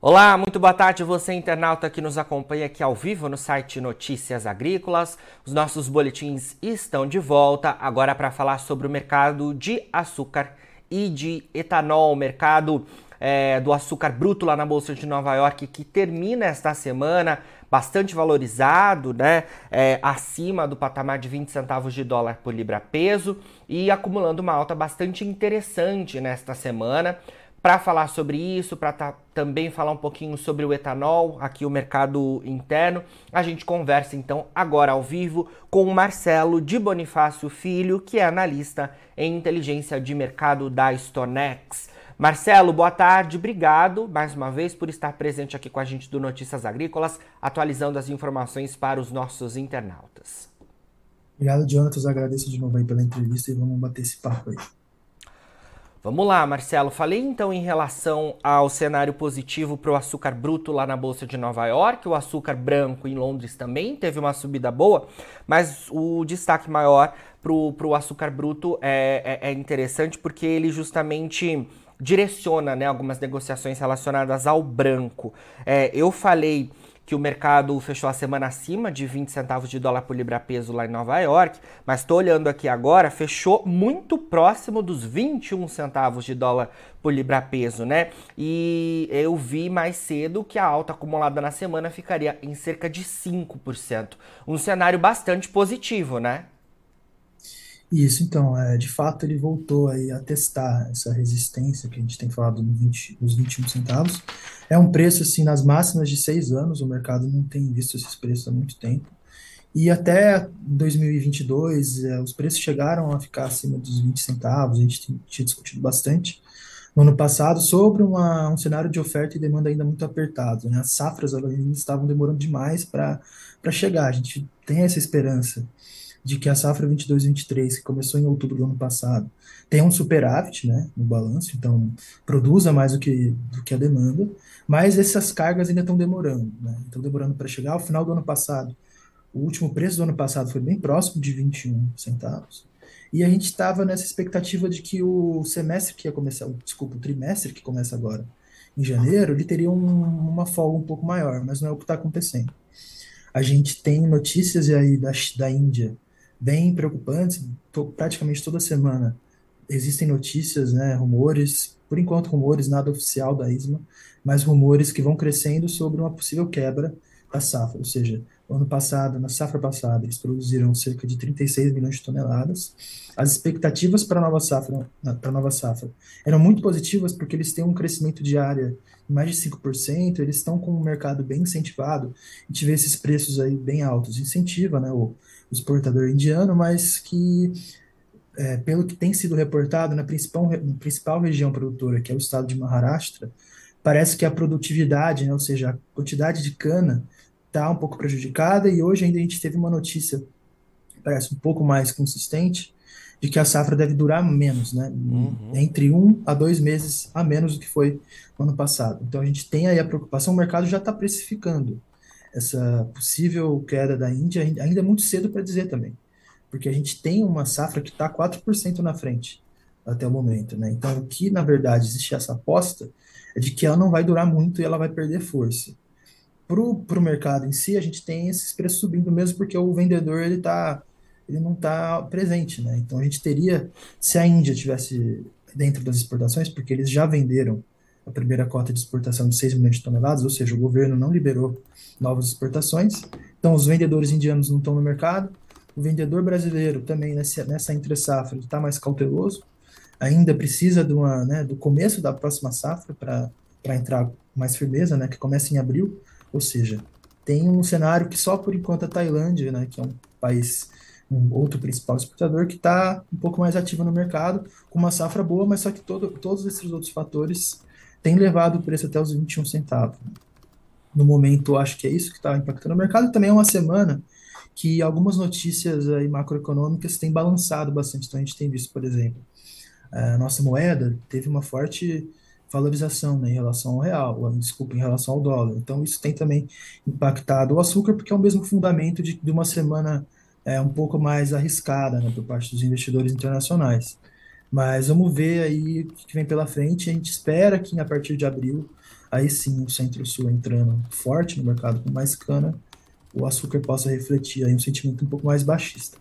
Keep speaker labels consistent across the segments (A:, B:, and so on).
A: Olá, muito boa tarde, você internauta que nos acompanha aqui ao vivo no site Notícias Agrícolas. Os nossos boletins estão de volta agora para falar sobre o mercado de açúcar e de etanol, o mercado do açúcar bruto lá na Bolsa de Nova York, que termina esta semana bastante valorizado, né? Acima do patamar de 20 centavos de dólar por libra-peso e acumulando uma alta bastante interessante nesta semana. Para falar sobre isso, para também falar um pouquinho sobre o etanol, aqui o mercado interno, a gente conversa então agora ao vivo com o Marcelo de Bonifácio Filho, que é analista em inteligência de mercado da StoneX. Marcelo, boa tarde, obrigado mais uma vez por estar presente aqui com a gente do Notícias Agrícolas, atualizando as informações para os nossos internautas.
B: Obrigado, Jonathan. Agradeço de novo aí pela entrevista e vamos bater esse papo aí.
A: Vamos lá, Marcelo. Falei então em relação ao cenário positivo para o açúcar bruto lá na Bolsa de Nova York, o açúcar branco em Londres também teve uma subida boa, mas o destaque maior para o açúcar bruto é interessante porque ele justamente direciona, né, algumas negociações relacionadas ao branco. Eu falei que o mercado fechou a semana acima de 20 centavos de dólar por libra-peso lá em Nova York, mas estou olhando aqui agora, fechou muito próximo dos 21 centavos de dólar por libra-peso, né? E eu vi mais cedo que a alta acumulada na semana ficaria em cerca de 5%. Um cenário bastante positivo, né?
B: Isso, então, de fato ele voltou aí a testar essa resistência que a gente tem falado nos 21 centavos. É um preço, assim, nas máximas de 6 anos, o mercado não tem visto esses preços há muito tempo. E até 2022, os preços chegaram a ficar acima dos 20 centavos, a gente tinha discutido bastante no ano passado sobre um cenário de oferta e demanda ainda muito apertado, né? As safras elas ainda estavam demorando demais para chegar. A gente tem essa esperança de que a safra 22/23, que começou em outubro do ano passado, tem um superávit, né, no balanço, então produza mais do que a demanda, mas essas cargas ainda estão demorando, né? Estão demorando para chegar. Ao final do ano passado, o último preço do ano passado foi bem próximo de 21 centavos. E a gente estava nessa expectativa de que o semestre que ia começar, desculpa, o trimestre que começa agora, em janeiro, ele teria uma folga um pouco maior, mas não é o que está acontecendo. A gente tem notícias aí da Índia bem preocupantes, praticamente toda semana existem notícias, né, rumores, por enquanto rumores, nada oficial da ISMA, mas rumores que vão crescendo sobre uma possível quebra da safra, ou seja, ano passado, na safra passada, eles produziram cerca de 36 milhões de toneladas. As expectativas para a nova safra eram muito positivas porque eles têm um crescimento de área de mais de 5%, eles estão com o mercado bem incentivado, a gente vê esses preços aí bem altos, incentiva, né, o exportador indiano, mas que pelo que tem sido reportado na principal região produtora, que é o estado de Maharashtra, parece que a produtividade, né, ou seja, a quantidade de cana, está um pouco prejudicada, e hoje ainda a gente teve uma notícia, parece um pouco mais consistente, de que a safra deve durar menos, né,
A: Uhum.
B: entre 1 a 2 meses a menos do que foi no ano passado. Então a gente tem aí a preocupação, o mercado já está precificando essa possível queda da Índia, ainda é muito cedo para dizer também, porque a gente tem uma safra que está 4% na frente até o momento, né? Então, o que na verdade existe essa aposta é de que ela não vai durar muito e ela vai perder força. Pro mercado em si, a gente tem esses preços subindo mesmo porque o vendedor ele não está presente, né? Então, a gente teria, se a Índia tivesse dentro das exportações, porque eles já venderam a primeira cota de exportação de 6 milhões de toneladas, ou seja, o governo não liberou novas exportações, então os vendedores indianos não estão no mercado, o vendedor brasileiro também nessa entre-safra está mais cauteloso, ainda precisa do começo da próxima safra para entrar com mais firmeza, né, que começa em abril, ou seja, tem um cenário que só por enquanto a Tailândia, né, que é um país, um outro principal exportador, que está um pouco mais ativo no mercado, com uma safra boa, mas só que todos esses outros fatores têm levado o preço até os 21 centavos. No momento, eu acho que é isso que está impactando o mercado. Também é uma semana que algumas notícias aí macroeconômicas têm balançado bastante. Então, a gente tem visto, por exemplo, a nossa moeda teve uma forte valorização, né, em relação ao real, desculpa, em relação ao dólar. Então, isso tem também impactado o açúcar, porque é o mesmo fundamento de uma semana um pouco mais arriscada, né, por parte dos investidores internacionais. Mas vamos ver aí o que vem pela frente. A gente espera que a partir de abril aí sim o Centro-Sul entrando forte no mercado com mais cana, o açúcar possa refletir aí um sentimento um pouco mais baixista.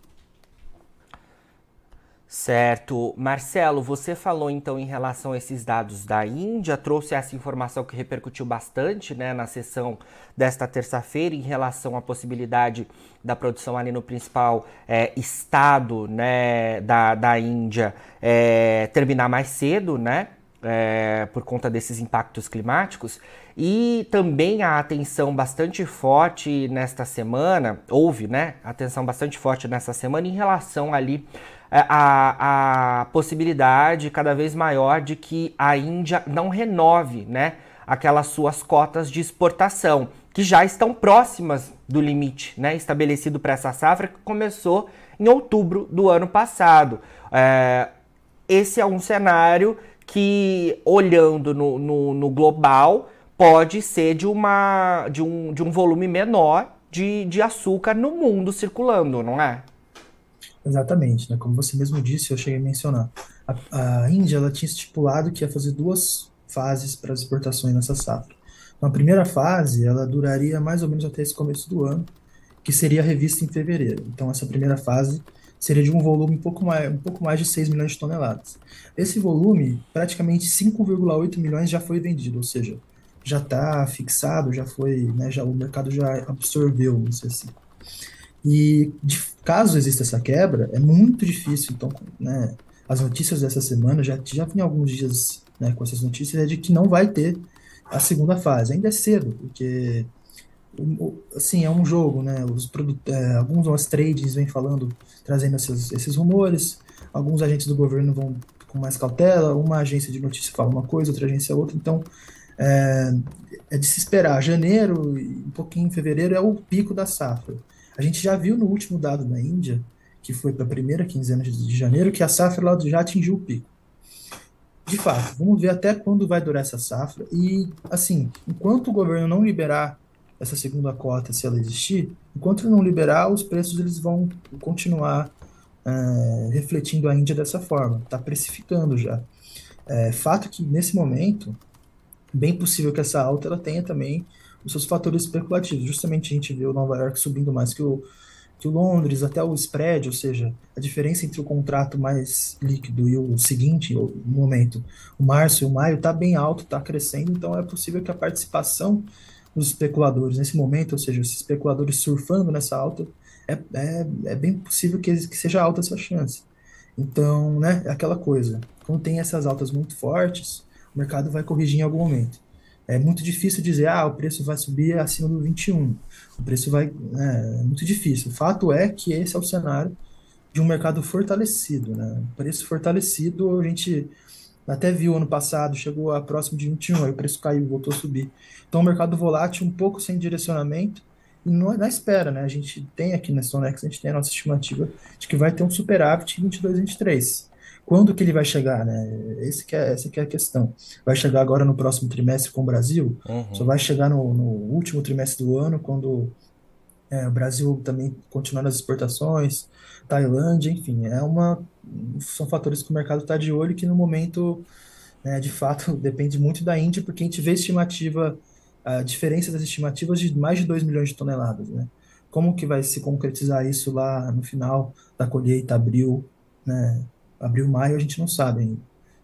A: Certo. Marcelo, você falou então em relação a esses dados da Índia, trouxe essa informação que repercutiu bastante, né, na sessão desta terça-feira em relação à possibilidade da produção ali no principal estado, né, da Índia terminar mais cedo, né, por conta desses impactos climáticos. E também a atenção bastante forte nesta semana, houve, né, atenção bastante forte nessa semana em relação ali a possibilidade cada vez maior de que a Índia não renove, né, aquelas suas cotas de exportação, que já estão próximas do limite, né, estabelecido para essa safra, que começou em outubro do ano passado. Esse é um cenário que, olhando no global, pode ser de um volume menor de açúcar no mundo circulando, não é?
B: Exatamente, né? Como você mesmo disse, eu cheguei a mencionar. A Índia, ela tinha estipulado que ia fazer duas fases para as exportações nessa safra. Então, a primeira fase, ela duraria mais ou menos até esse começo do ano, que seria revista em fevereiro. Então, essa primeira fase seria de um volume um pouco mais de 6 milhões de toneladas. Esse volume, praticamente 5,8 milhões já foi vendido, ou seja, já está fixado, já foi, né, já, o mercado já absorveu, vamos dizer assim. Caso exista essa quebra, é muito difícil. Então, né, as notícias dessa semana, já tem alguns dias, né, com essas notícias, é de que não vai ter a segunda fase. Ainda é cedo, porque assim, é um jogo, né? Alguns tradings vêm falando, trazendo esses rumores, alguns agentes do governo vão com mais cautela, uma agência de notícia fala uma coisa, outra agência outra, então é, é de se esperar. Janeiro e um pouquinho em fevereiro é o pico da safra. A gente já viu no último dado da Índia, que foi para a primeira quinzena de janeiro, que a safra lá já atingiu o pico. De fato, vamos ver até quando vai durar essa safra. E, assim, enquanto o governo não liberar essa segunda cota, se ela existir, enquanto não liberar, os preços eles vão continuar refletindo a Índia dessa forma. Está precificando já. É fato que, nesse momento, bem possível que essa alta ela tenha também os seus fatores especulativos. Justamente a gente vê o Nova York subindo mais que o Londres, até o spread, ou seja, a diferença entre o contrato mais líquido e o seguinte, no momento, o março e o maio, está bem alto, está crescendo, então é possível que a participação dos especuladores nesse momento, ou seja, os especuladores surfando nessa alta, é bem possível que seja alta essa chance. Então, né, é aquela coisa, quando tem essas altas muito fortes, o mercado vai corrigir em algum momento. É muito difícil dizer, o preço vai subir acima do 21. O preço vai. É muito difícil. O fato é que esse é o cenário de um mercado fortalecido, né? O preço fortalecido, a gente até viu ano passado, chegou a próximo de 21, aí o preço caiu, voltou a subir. Então, o mercado volátil, um pouco sem direcionamento, e na espera, né? A gente tem aqui na Stonex, a gente tem a nossa estimativa de que vai ter um superávit em 22, 23. Quando que ele vai chegar, né? Essa que é a questão. Vai chegar agora no próximo trimestre com o Brasil? Só
A: Uhum.
B: vai chegar no último trimestre do ano, quando o Brasil também continuar nas exportações, Tailândia, enfim, são fatores que o mercado está de olho e que no momento, né, de fato, depende muito da Índia, porque a gente vê a diferença das estimativas de mais de 2 milhões de toneladas, né? Como que vai se concretizar isso lá no final da colheita, abril, né? Abril, maio, a gente não sabe ainda.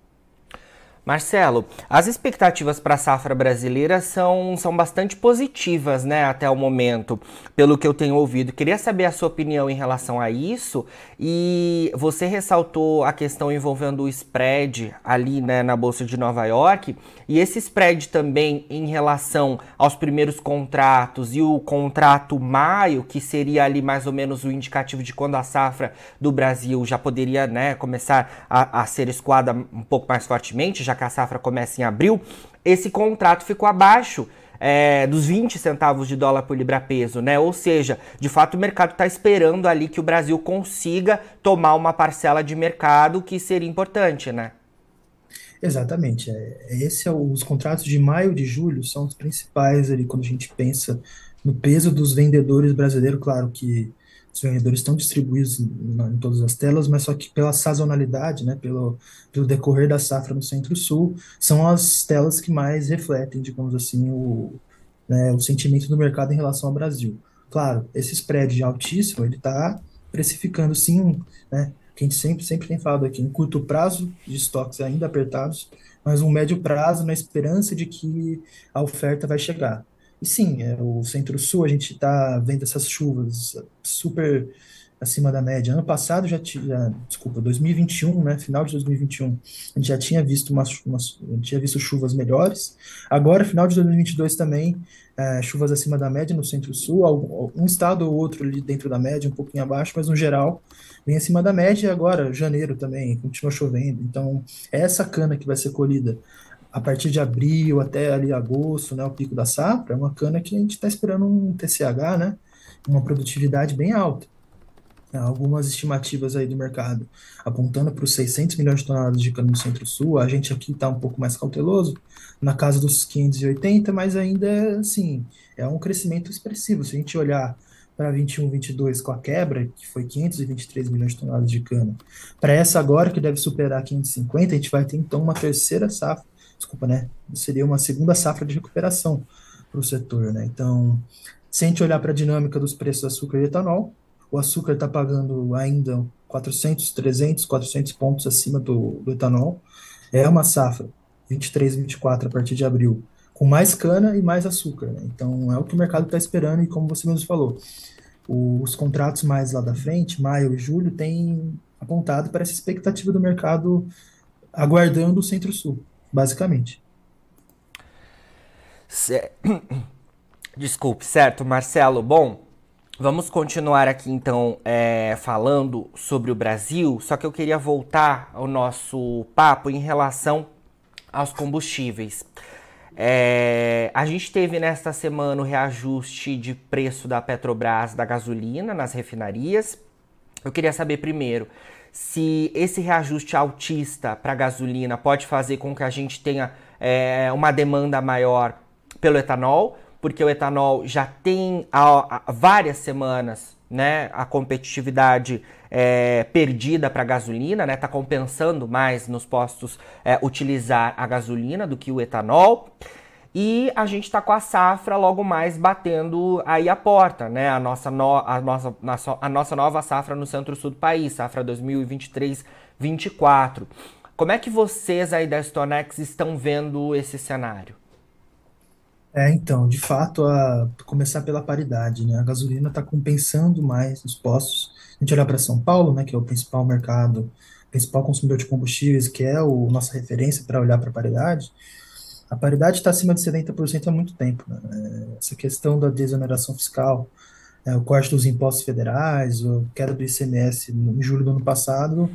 A: Marcelo, as expectativas para a safra brasileira são bastante positivas, né, até o momento, pelo que eu tenho ouvido. Queria saber a sua opinião em relação a isso. E você ressaltou a questão envolvendo o spread ali, né, na Bolsa de Nova York. E esse spread também em relação aos primeiros contratos e o contrato maio, que seria ali mais ou menos o indicativo de quando a safra do Brasil já poderia, né, começar a ser escoada um pouco mais fortemente, já que a safra começa em abril, esse contrato ficou abaixo dos 20 centavos de dólar por libra-peso, né? Ou seja, de fato o mercado está esperando ali que o Brasil consiga tomar uma parcela de mercado que seria importante, né?
B: Exatamente. Os contratos de maio e de julho são os principais ali quando a gente pensa no peso dos vendedores brasileiros. Claro que os vendedores estão distribuídos em todas as telas, mas só que pela sazonalidade, né, pelo decorrer da safra no Centro-Sul, são as telas que mais refletem, digamos assim, né, o sentimento do mercado em relação ao Brasil. Claro, esse spread altíssimo, ele está precificando, sim, né, que a gente sempre tem falado aqui, em curto prazo, de estoques ainda apertados, mas um médio prazo na esperança de que a oferta vai chegar. E sim, o Centro-Sul, a gente está vendo essas chuvas super acima da média. Ano passado desculpa, 2021, né, final de 2021, a gente já tinha visto a gente tinha visto chuvas melhores. Agora, final de 2022 também, chuvas acima da média no Centro-Sul, um estado ou outro ali dentro da média, um pouquinho abaixo, mas no geral, bem acima da média. E agora, janeiro também, continua chovendo. Então, é essa cana que vai ser colhida a partir de abril até ali agosto, né, o pico da safra, é uma cana que a gente está esperando um TCH, né, uma produtividade bem alta. Algumas estimativas aí do mercado apontando para os 600 milhões de toneladas de cana no Centro-Sul. A gente aqui está um pouco mais cauteloso, na casa dos 580, mas ainda assim, é um crescimento expressivo. Se a gente olhar para 21, 22 com a quebra, que foi 523 milhões de toneladas de cana, para essa agora, que deve superar 550, a gente vai ter então uma terceira safra, desculpa, né? Seria uma segunda safra de recuperação para o setor, né? Então, se a gente olhar para a dinâmica dos preços do açúcar e etanol, o açúcar está pagando ainda 400, 300, 400 pontos acima do etanol. É uma safra 23, 24 a partir de abril, com mais cana e mais açúcar, né? Então é o que o mercado está esperando e como você mesmo falou, os contratos mais lá da frente, maio e julho, têm apontado para essa expectativa do mercado aguardando o Centro-Sul, basicamente.
A: Ce- Desculpe, certo, Marcelo? Bom, vamos continuar aqui então falando sobre o Brasil, só que eu queria voltar ao nosso papo em relação aos combustíveis. A gente teve nesta semana o reajuste de preço da Petrobras da gasolina nas refinarias. Eu queria saber primeiro se esse reajuste altista para a gasolina pode fazer com que a gente tenha uma demanda maior pelo etanol, porque o etanol já tem há várias semanas, né, a competitividade perdida para a gasolina, né, tá compensando mais nos postos utilizar a gasolina do que o etanol. E a gente está com a safra logo mais batendo aí a porta, né? A nossa nova safra no centro-sul do país, safra 2023-24. Como é que vocês aí da Stonex estão vendo esse cenário?
B: Então, de fato, começar pela paridade, né? A gasolina está compensando mais os postos. A gente olhar para São Paulo, né, que é o principal mercado, principal consumidor de combustíveis, que é o nossa referência para olhar para a paridade. A paridade está acima de 70% há muito tempo, né? Essa questão da desoneração fiscal, o corte dos impostos federais, a queda do ICMS em julho do ano passado,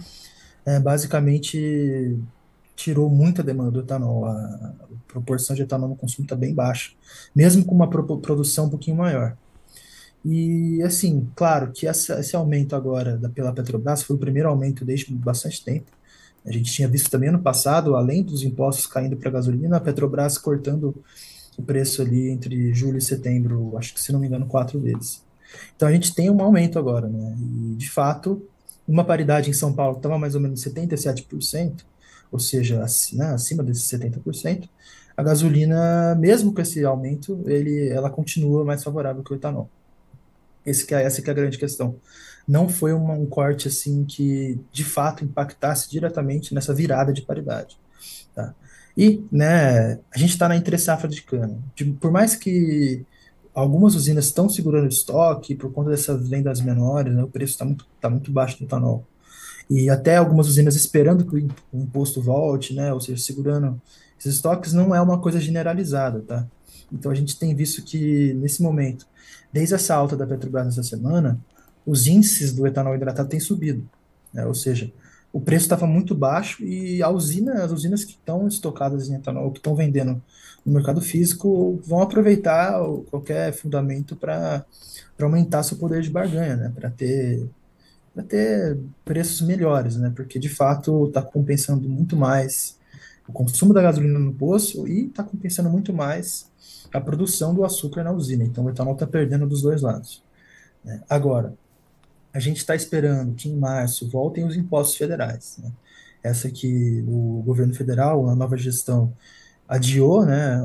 B: basicamente tirou muita demanda do etanol. A proporção de etanol no consumo está bem baixa, mesmo com uma produção um pouquinho maior. E, assim, claro que esse aumento agora pela Petrobras foi o primeiro aumento desde bastante tempo. A gente tinha visto também ano passado, além dos impostos caindo para a gasolina, a Petrobras cortando o preço ali entre julho e setembro, acho que se não me engano, 4 vezes. Então a gente tem um aumento agora, né? E de fato, uma paridade em São Paulo estava mais ou menos 77%, ou seja, né, acima desses 70%. A gasolina, mesmo com esse aumento, ela continua mais favorável que o etanol. Essa que é a grande questão. Não foi um corte assim que de fato impactasse diretamente nessa virada de paridade. Tá? E, né, a gente está na entre-safra de cana. Por mais que algumas usinas estão segurando estoque por conta dessas vendas menores, né, o preço tá muito baixo do etanol. E até algumas usinas esperando que o imposto volte, né, ou seja, segurando esses estoques, não é uma coisa generalizada, tá? Então a gente tem visto que, nesse momento, desde essa alta da Petrobras nessa semana, os índices do etanol hidratado têm subido, né? Ou seja, o preço estava muito baixo e as usinas que estão estocadas em etanol, que estão vendendo no mercado físico, vão aproveitar qualquer fundamento para aumentar seu poder de barganha, né? Para ter preços melhores, né? Porque de fato está compensando muito mais o consumo da gasolina no poço e está compensando muito mais a produção do açúcar na usina. Então o etanol está perdendo dos dois lados, né? Agora, a gente está esperando que em março voltem os impostos federais, né? Essa que o governo federal, a nova gestão, adiou, né,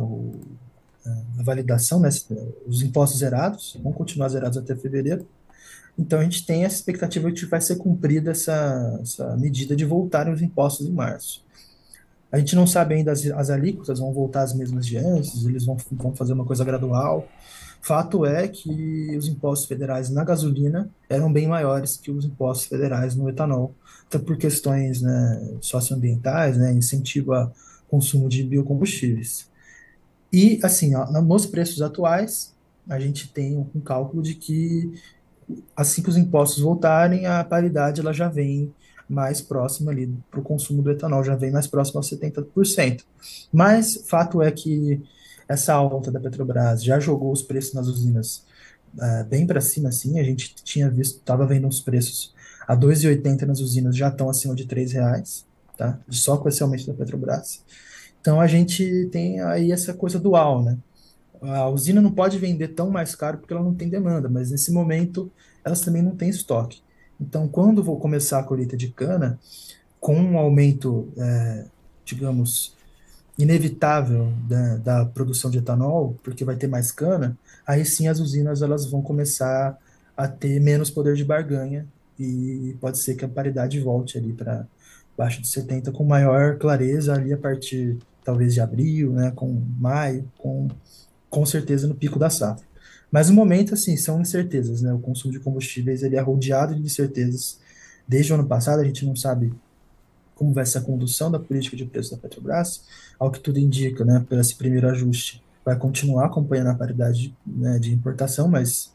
B: a validação, né, os impostos zerados, vão continuar zerados até fevereiro. Então a gente tem essa expectativa de que vai ser cumprida essa medida de voltarem os impostos em março. A gente não sabe ainda as alíquotas vão voltar às mesmas de antes, eles vão fazer uma coisa gradual. Fato é que os impostos federais na gasolina eram bem maiores que os impostos federais no etanol, até por questões, né, socioambientais, né, incentivo a consumo de biocombustíveis. E, assim, ó, nos preços atuais, a gente tem um cálculo de que assim que os impostos voltarem, a paridade ela já vem mais próxima ali para o consumo do etanol, já vem mais próximo aos 70%. Mas fato é que essa alta da Petrobras já jogou os preços nas usinas bem para cima, assim, a gente tinha visto, estava vendo os preços a 2,80 nas usinas já estão acima de R$ 3, tá? Só com esse aumento da Petrobras. Então a gente tem aí essa coisa dual, né? A usina não pode vender tão mais caro porque ela não tem demanda, mas nesse momento elas também não têm estoque. Então, quando vou começar a colheita de cana, com um aumento, digamos, inevitável da produção de etanol, porque vai ter mais cana, aí sim as usinas elas vão começar a ter menos poder de barganha e pode ser que a paridade volte ali para baixo de 70 com maior clareza ali a partir talvez de abril, né, com maio, com certeza no pico da safra. Mas no momento, assim, são incertezas, né? O consumo de combustíveis, ele é rodeado de incertezas. Desde o ano passado, a gente não sabe como vai ser a condução da política de preço da Petrobras, ao que tudo indica, né, por esse primeiro ajuste, vai continuar acompanhando a paridade, né, de importação, mas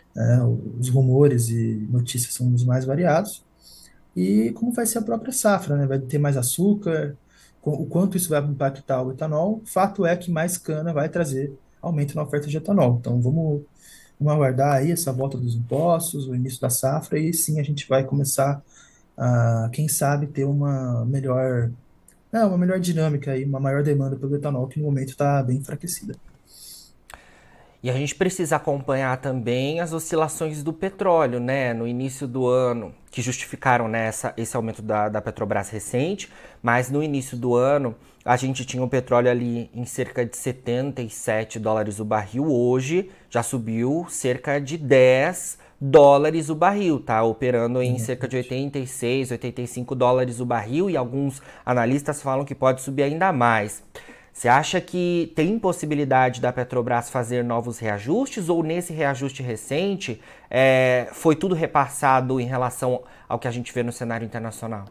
B: os rumores e notícias são os mais variados. E como vai ser a própria safra, né? Vai ter mais açúcar, o quanto isso vai impactar o etanol. Fato é que mais cana vai trazer aumento na oferta de etanol. Então vamos aguardar aí essa volta dos impostos, o início da safra, e sim a gente vai começar a, quem sabe, ter uma melhor dinâmica aí, uma maior demanda pelo etanol, que no momento está bem enfraquecida.
A: E a gente precisa acompanhar também as oscilações do petróleo, né? No início do ano, que justificaram, né, esse aumento da Petrobras recente, mas no início do ano a gente tinha o petróleo ali em cerca de US$ 77 o barril. Hoje já subiu cerca de US$ 10 o barril, tá? Operando em cerca de
B: Exatamente.
A: 86, US$ 85 o barril, e alguns analistas falam que pode subir ainda mais. Você acha que tem possibilidade da Petrobras fazer novos reajustes, ou nesse reajuste recente foi tudo repassado em relação ao que a gente vê no cenário internacional?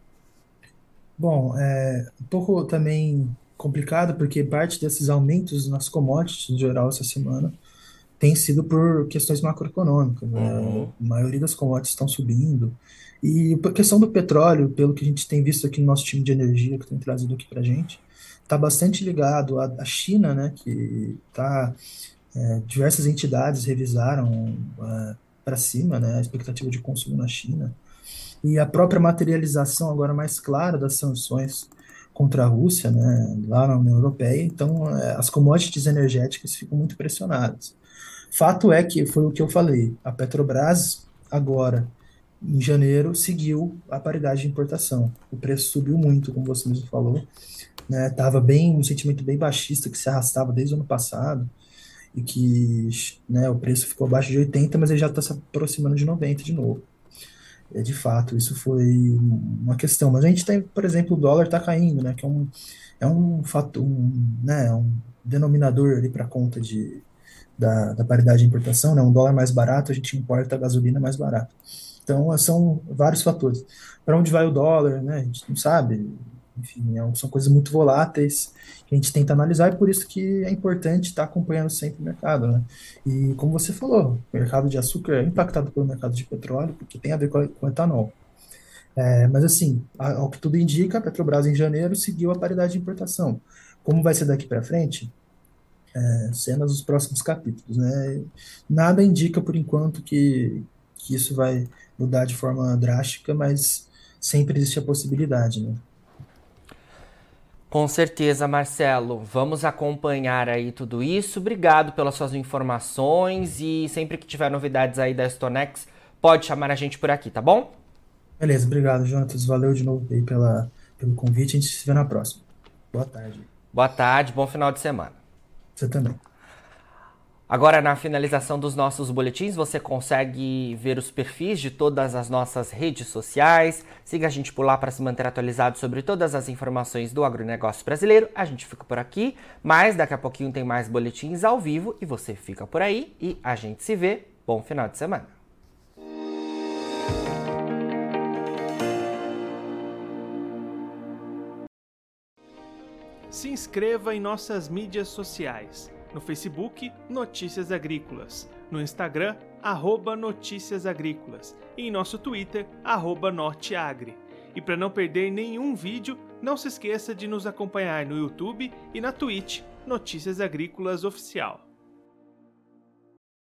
B: Bom, é um pouco também complicado, porque parte desses aumentos nas commodities, em geral, essa semana, tem sido por questões macroeconômicas, né?
A: Uhum.
B: A maioria das commodities estão subindo. E por questão do petróleo, pelo que a gente tem visto aqui no nosso time de energia, que tem trazido aqui para a gente, está bastante ligado à China, né? Que tá, diversas entidades revisaram para cima, né, a expectativa de consumo na China. E a própria materialização agora mais clara das sanções contra a Rússia, né, lá na União Europeia. Então, as commodities energéticas ficam muito pressionadas. Fato é que foi o que eu falei, a Petrobras agora, em janeiro, seguiu a paridade de importação. O preço subiu muito, como você mesmo falou, né? Tava bem um sentimento bem baixista que se arrastava desde o ano passado e que, né, o preço ficou abaixo de 80, mas ele já está se aproximando de 90 de novo. De fato, isso foi uma questão. Mas a gente tem, por exemplo, o dólar está caindo, né? Que é um fato, né, um denominador ali para a conta da paridade de importação, né? Um dólar mais barato, a gente importa a gasolina mais barata. Então, são vários fatores. Para onde vai o dólar, né? A gente não sabe. Enfim, são coisas muito voláteis que a gente tenta analisar e por isso que é importante estar acompanhando sempre o mercado, né? E como você falou, o mercado de açúcar é impactado pelo mercado de petróleo, porque tem a ver com etanol. Mas assim, ao que tudo indica, a Petrobras em janeiro seguiu a paridade de importação. Como vai ser daqui para frente? Cenas dos próximos capítulos, né? Nada indica por enquanto que isso vai mudar de forma drástica, mas sempre existe a possibilidade, né?
A: Com certeza, Marcelo. Vamos acompanhar aí tudo isso. Obrigado pelas suas informações, e sempre que tiver novidades aí da Stonex, pode chamar a gente por aqui, tá bom?
B: Beleza, obrigado, Jonatas. Valeu de novo aí pelo convite. A gente se vê na próxima. Boa tarde.
A: Boa tarde, bom final de semana.
B: Você também.
A: Agora, na finalização dos nossos boletins, você consegue ver os perfis de todas as nossas redes sociais. Siga a gente por lá para se manter atualizado sobre todas as informações do agronegócio brasileiro. A gente fica por aqui, mas daqui a pouquinho tem mais boletins ao vivo e você fica por aí e a gente se vê. Bom final de semana.
C: Se inscreva em nossas mídias sociais. No Facebook, Notícias Agrícolas. No Instagram, @Notícias Agrícolas. E em nosso Twitter, @Norteagri. E para não perder nenhum vídeo, não se esqueça de nos acompanhar no YouTube e na Twitch, Notícias Agrícolas Oficial.